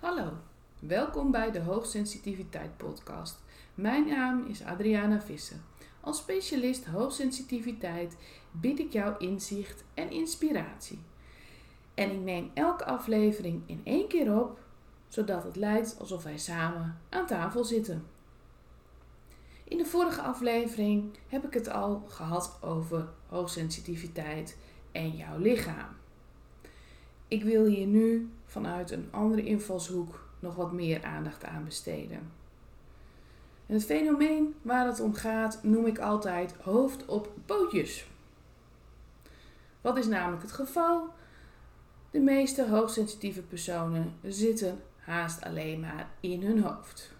Hallo, welkom bij de Hoogsensitiviteit podcast. Mijn naam is Adriana Visser. Als specialist hoogsensitiviteit bied ik jou inzicht en inspiratie. En ik neem elke aflevering in 1 keer op, zodat het lijkt alsof wij samen aan tafel zitten. In de vorige aflevering heb ik het al gehad over hoogsensitiviteit en jouw lichaam. Ik wil hier nu vanuit een andere invalshoek nog wat meer aandacht aan besteden. En het fenomeen waar het om gaat noem ik altijd hoofd op pootjes. Wat is namelijk het geval? De meeste hoogsensitieve personen zitten haast alleen maar in hun hoofd.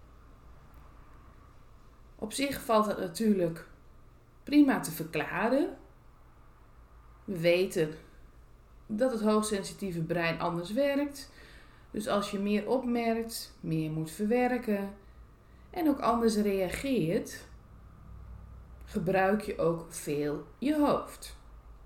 Op zich valt het natuurlijk prima te verklaren. We weten dat het hoogsensitieve brein anders werkt. Dus als je meer opmerkt, meer moet verwerken en ook anders reageert, gebruik je ook veel je hoofd.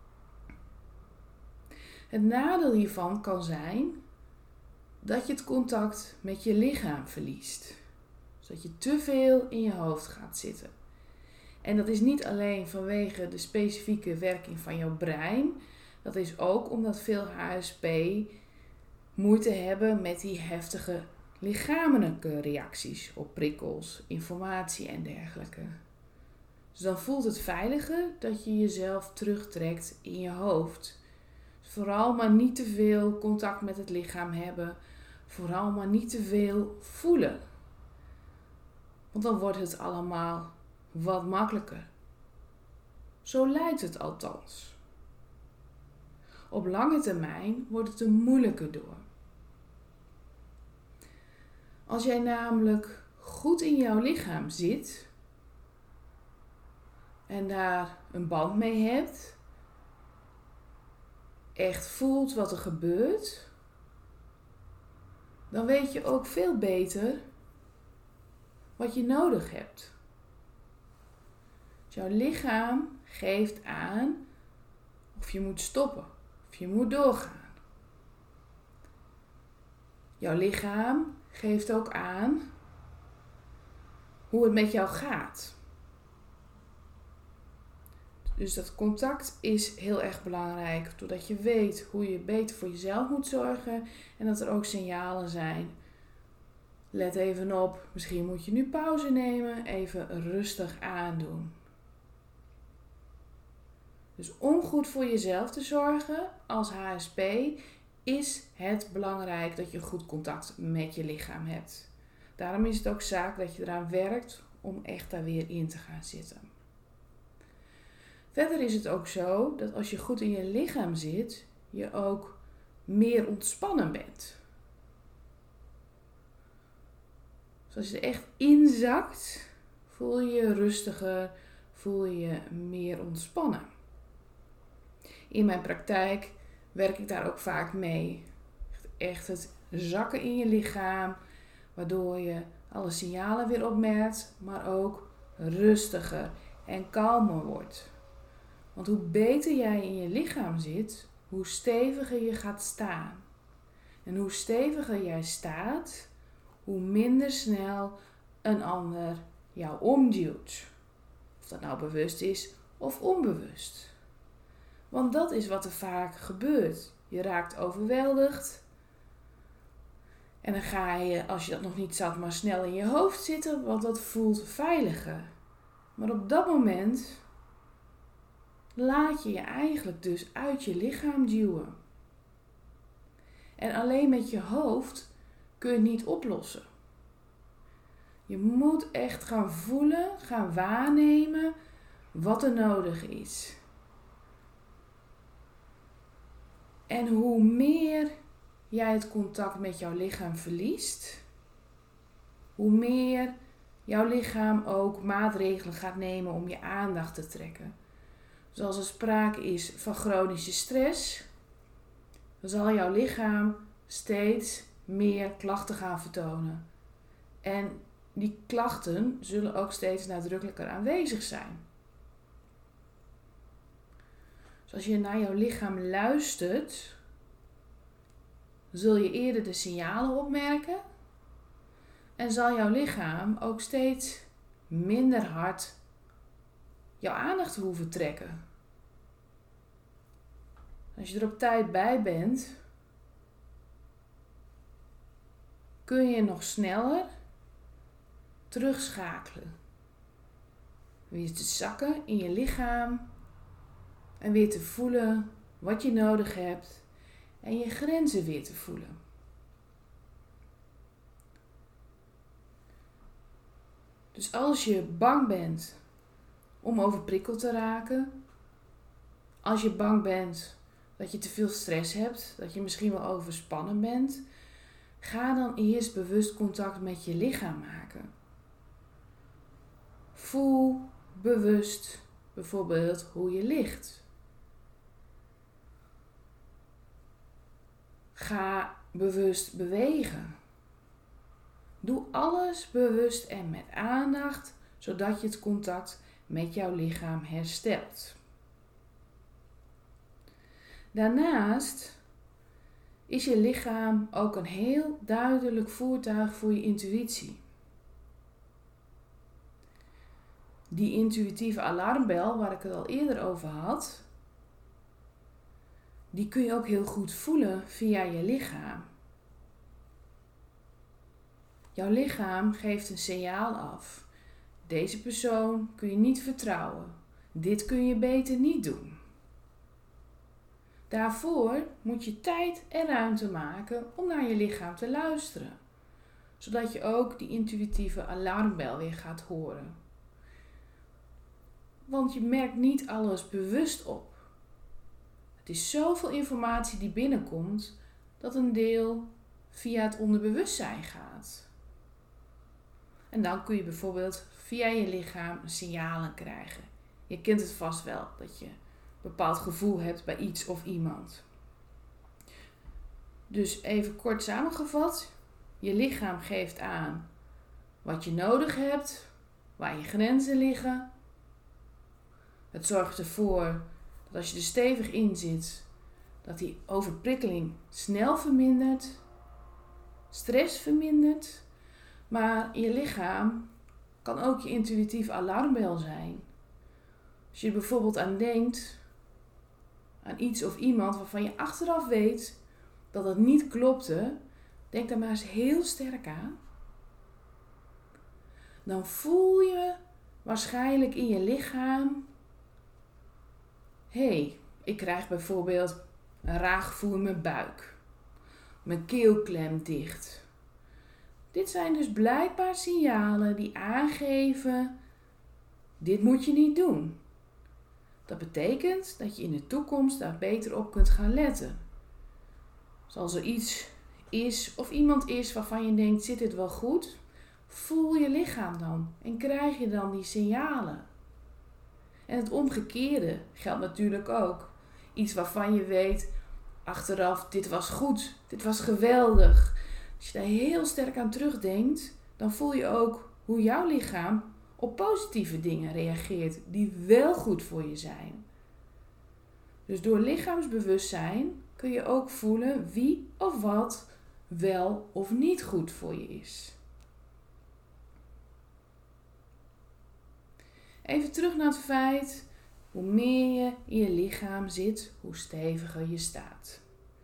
Het nadeel hiervan kan zijn dat je het contact met je lichaam verliest. Dus dat je te veel in je hoofd gaat zitten. En dat is niet alleen vanwege de specifieke werking van jouw brein. Dat is ook omdat veel HSP moeite hebben met die heftige lichamelijke reacties op prikkels, informatie en dergelijke. Dus dan voelt het veiliger dat je jezelf terugtrekt in je hoofd. Dus vooral maar niet te veel contact met het lichaam hebben. Vooral maar niet te veel voelen. Want dan wordt het allemaal wat makkelijker. Zo lijkt het althans. Op lange termijn wordt het er moeilijker door. Als jij namelijk goed in jouw lichaam zit en daar een band mee hebt, echt voelt wat er gebeurt, dan weet je ook veel beter wat je nodig hebt. Dus jouw lichaam geeft aan of je moet stoppen, of je moet doorgaan. Jouw lichaam geeft ook aan hoe het met jou gaat. Dus dat contact is heel erg belangrijk, doordat je weet hoe je beter voor jezelf moet zorgen en dat er ook signalen zijn. Let even op, misschien moet je nu pauze nemen, even rustig aandoen. Dus om goed voor jezelf te zorgen als HSP is het belangrijk dat je goed contact met je lichaam hebt. Daarom is het ook zaak dat je eraan werkt om echt daar weer in te gaan zitten. Verder is het ook zo dat als je goed in je lichaam zit, je ook meer ontspannen bent. Dus als je er echt inzakt, voel je je rustiger, voel je je meer ontspannen. In mijn praktijk werk ik daar ook vaak mee. Echt het zakken in je lichaam, waardoor je alle signalen weer opmerkt, maar ook rustiger en kalmer wordt. Want hoe beter jij in je lichaam zit, hoe steviger je gaat staan. En hoe steviger jij staat, hoe minder snel een ander jou omduwt. Of dat nou bewust is of onbewust. Want dat is wat er vaak gebeurt. Je raakt overweldigd. En dan ga je, als je dat nog niet zat, maar snel in je hoofd zitten. Want dat voelt veiliger. Maar op dat moment laat je je eigenlijk dus uit je lichaam duwen. En alleen met je hoofd kun je het niet oplossen. Je moet echt gaan voelen, gaan waarnemen wat er nodig is. En hoe meer jij het contact met jouw lichaam verliest, hoe meer jouw lichaam ook maatregelen gaat nemen om je aandacht te trekken. Dus als er sprake is van chronische stress, dan zal jouw lichaam steeds meer klachten gaan vertonen. En die klachten zullen ook steeds nadrukkelijker aanwezig zijn. Dus als je naar jouw lichaam luistert, zul je eerder de signalen opmerken en zal jouw lichaam ook steeds minder hard jouw aandacht hoeven trekken. Als je er op tijd bij bent, kun je nog sneller terugschakelen. Weer te zakken in je lichaam en weer te voelen wat je nodig hebt en je grenzen weer te voelen. Dus als je bang bent om overprikkeld te raken, als je bang bent dat je te veel stress hebt, dat je misschien wel overspannen bent, ga dan eerst bewust contact met je lichaam maken. Voel bewust bijvoorbeeld hoe je ligt. Ga bewust bewegen. Doe alles bewust en met aandacht, zodat je het contact met jouw lichaam herstelt. Daarnaast is je lichaam ook een heel duidelijk voertuig voor je intuïtie. Die intuïtieve alarmbel, waar ik het al eerder over had, die kun je ook heel goed voelen via je lichaam. Jouw lichaam geeft een signaal af. Deze persoon kun je niet vertrouwen. Dit kun je beter niet doen. Daarvoor moet je tijd en ruimte maken om naar je lichaam te luisteren. Zodat je ook die intuïtieve alarmbel weer gaat horen. Want je merkt niet alles bewust op. Het is zoveel informatie die binnenkomt dat een deel via het onderbewustzijn gaat. En dan kun je bijvoorbeeld via je lichaam signalen krijgen. Je kent het vast wel, dat je een bepaald gevoel hebt bij iets of iemand. Dus even kort samengevat. Je lichaam geeft aan wat je nodig hebt, waar je grenzen liggen. Het zorgt ervoor dat als je er stevig in zit, dat die overprikkeling snel vermindert, stress vermindert. Maar je lichaam kan ook je intuïtieve alarmbel zijn. Als je bijvoorbeeld aan denkt, aan iets of iemand waarvan je achteraf weet dat het niet klopte, denk daar maar eens heel sterk aan. Dan voel je waarschijnlijk in je lichaam, ik krijg bijvoorbeeld een raar gevoel in mijn buik. Mijn keel klemt dicht. Dit zijn dus blijkbaar signalen die aangeven, dit moet je niet doen. Dat betekent dat je in de toekomst daar beter op kunt gaan letten. Dus als er iets is of iemand is waarvan je denkt, zit dit wel goed? Voel je lichaam dan en krijg je dan die signalen. En het omgekeerde geldt natuurlijk ook. Iets waarvan je weet, achteraf, dit was goed, dit was geweldig. Als je daar heel sterk aan terugdenkt, dan voel je ook hoe jouw lichaam op positieve dingen reageert die wel goed voor je zijn. Dus door lichaamsbewustzijn kun je ook voelen wie of wat wel of niet goed voor je is. Even terug naar het feit, hoe meer je in je lichaam zit, hoe steviger je staat.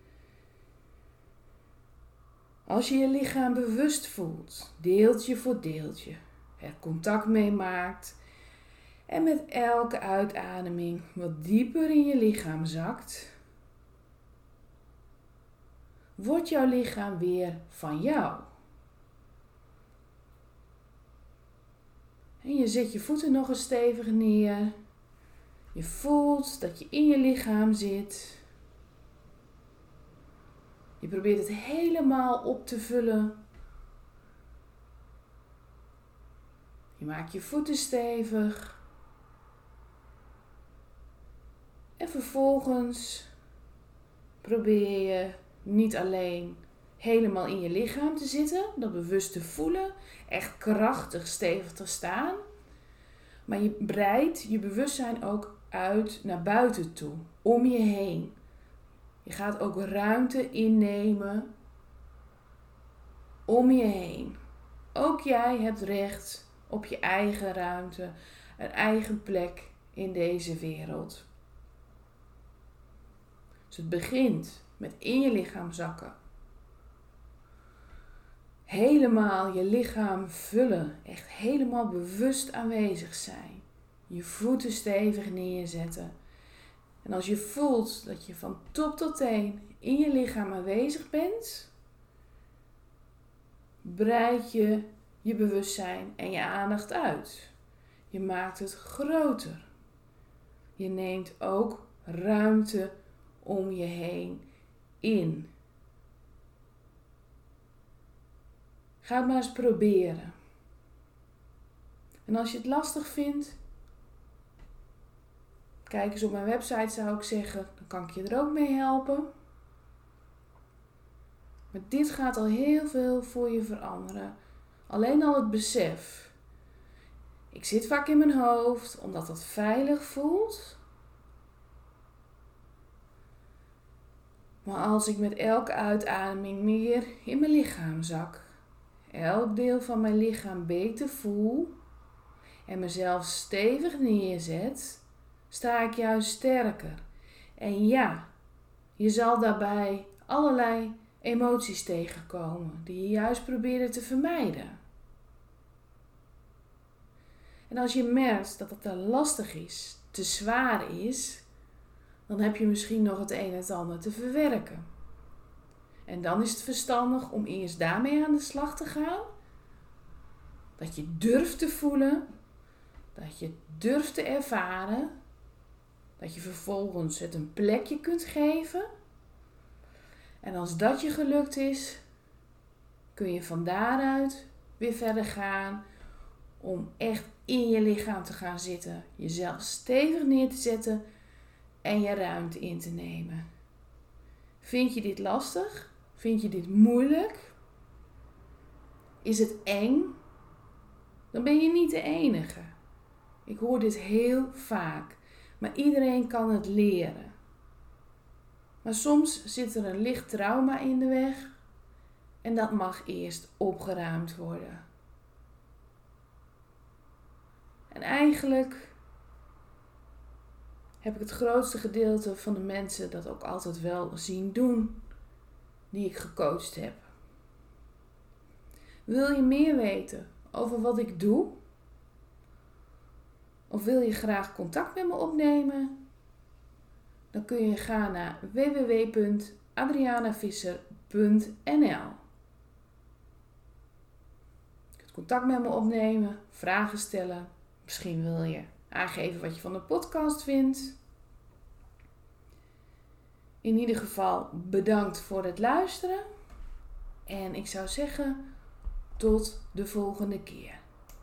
Als je je lichaam bewust voelt, deeltje voor deeltje, er contact mee maakt en met elke uitademing wat dieper in je lichaam zakt, wordt jouw lichaam weer van jou. En je zet je voeten nog eens stevig neer. Je voelt dat je in je lichaam zit. Je probeert het helemaal op te vullen. Je maakt je voeten stevig. En vervolgens probeer je niet alleen helemaal in je lichaam te zitten, dat bewust te voelen, echt krachtig stevig te staan. Maar je breidt je bewustzijn ook uit naar buiten toe, om je heen. Je gaat ook ruimte innemen om je heen. Ook jij hebt recht op je eigen ruimte, een eigen plek in deze wereld. Dus het begint met in je lichaam zakken. Helemaal je lichaam vullen. Echt helemaal bewust aanwezig zijn. Je voeten stevig neerzetten. En als je voelt dat je van top tot teen in je lichaam aanwezig bent, breid je je bewustzijn en je aandacht uit. Je maakt het groter. Je neemt ook ruimte om je heen in. Ga het maar eens proberen. En als je het lastig vindt, kijk eens op mijn website zou ik zeggen, dan kan ik je er ook mee helpen. Maar dit gaat al heel veel voor je veranderen. Alleen al het besef. Ik zit vaak in mijn hoofd, omdat dat veilig voelt. Maar als ik met elke uitademing meer in mijn lichaam zak, elk deel van mijn lichaam beter voel en mezelf stevig neerzet, sta ik juist sterker. En ja, je zal daarbij allerlei emoties tegenkomen die je juist probeerde te vermijden. En als je merkt dat het te lastig is, te zwaar is, dan heb je misschien nog het een en het ander te verwerken. En dan is het verstandig om eerst daarmee aan de slag te gaan. Dat je durft te voelen, dat je durft te ervaren, dat je vervolgens het een plekje kunt geven. En als dat je gelukt is, kun je van daaruit weer verder gaan om echt in je lichaam te gaan zitten. Jezelf stevig neer te zetten en je ruimte in te nemen. Vind je dit lastig? Vind je dit moeilijk? Is het eng? Dan ben je niet de enige. Ik hoor dit heel vaak. Maar iedereen kan het leren. Maar soms zit er een licht trauma in de weg. En dat mag eerst opgeruimd worden. En eigenlijk heb ik het grootste gedeelte van de mensen dat ook altijd wel zien doen, die ik gecoacht heb. Wil je meer weten over wat ik doe? Of wil je graag contact met me opnemen? Dan kun je gaan naar www.adrianavisser.nl. Je kunt contact met me opnemen, vragen stellen. Misschien wil je aangeven wat je van de podcast vindt. In ieder geval bedankt voor het luisteren. En ik zou zeggen, tot de volgende keer.